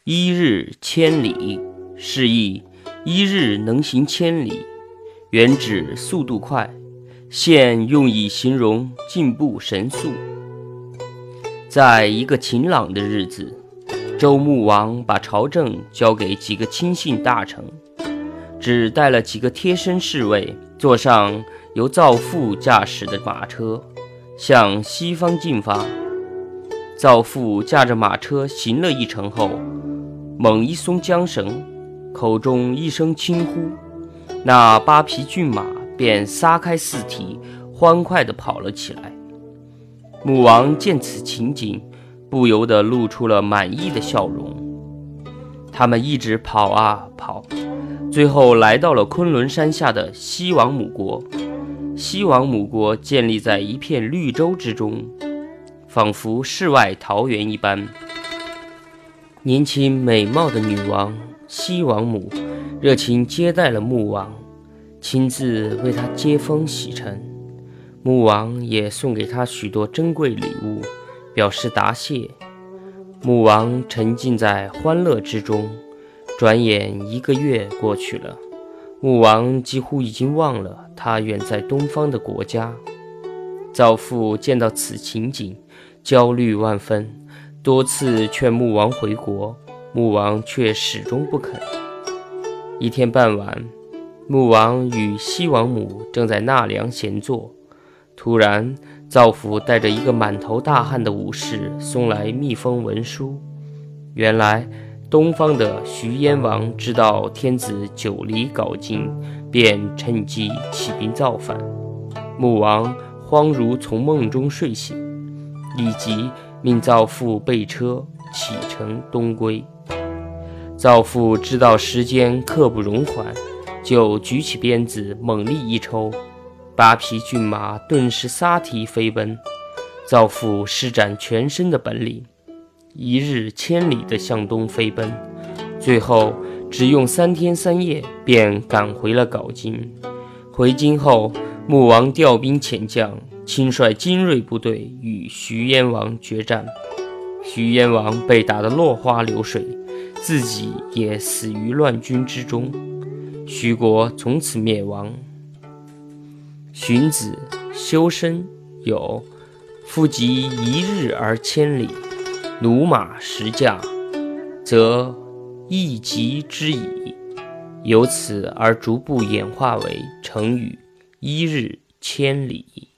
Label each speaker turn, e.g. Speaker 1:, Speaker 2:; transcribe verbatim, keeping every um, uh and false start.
Speaker 1: 一日千里，是意一日能行千里，原指速度快，现用以形容进步神速。在一个晴朗的日子，周穆王把朝政交给几个亲信大臣，只带了几个贴身侍卫，坐上由赵父驾驶的马车，向西方进发。赵父驾着马车行了一程后，猛一松缰绳，口中一声轻呼，那八匹骏马便撒开四蹄，欢快地跑了起来。穆王见此情景，不由得露出了满意的笑容。他们一直跑啊跑，最后来到了昆仑山下的西王母国。西王母国建立在一片绿洲之中，仿佛世外桃源一般。年轻美貌的女王西王母热情接待了穆王，亲自为他接风洗尘。穆王也送给他许多珍贵礼物，表示答谢。穆王沉浸在欢乐之中，转眼一个月过去了，穆王几乎已经忘了他远在东方的国家。赵父见到此情景，焦虑万分，多次劝穆王回国，穆王却始终不肯。一天傍晚，穆王与西王母正在纳凉闲坐，突然赵父带着一个满头大汗的武士送来密封文书。原来东方的徐燕王知道天子久离镐京，便趁机起兵造反。穆王恍如从梦中睡醒，立即命赵父备车启程东归。赵父知道时间刻不容缓，就举起鞭子猛力一抽，八匹骏马顿时撒蹄飞奔。赵父施展全身的本领，一日千里地向东飞奔，最后只用三天三夜便赶回了镐京。回京后，穆王调兵遣将，亲率精锐部队与徐燕王决战。徐燕王被打得落花流水，自己也死于乱军之中，徐国从此灭亡。荀子、修身有夫及一日而千里，驽马十驾，则一疾之矣，由此而逐步演化为成语一日千里。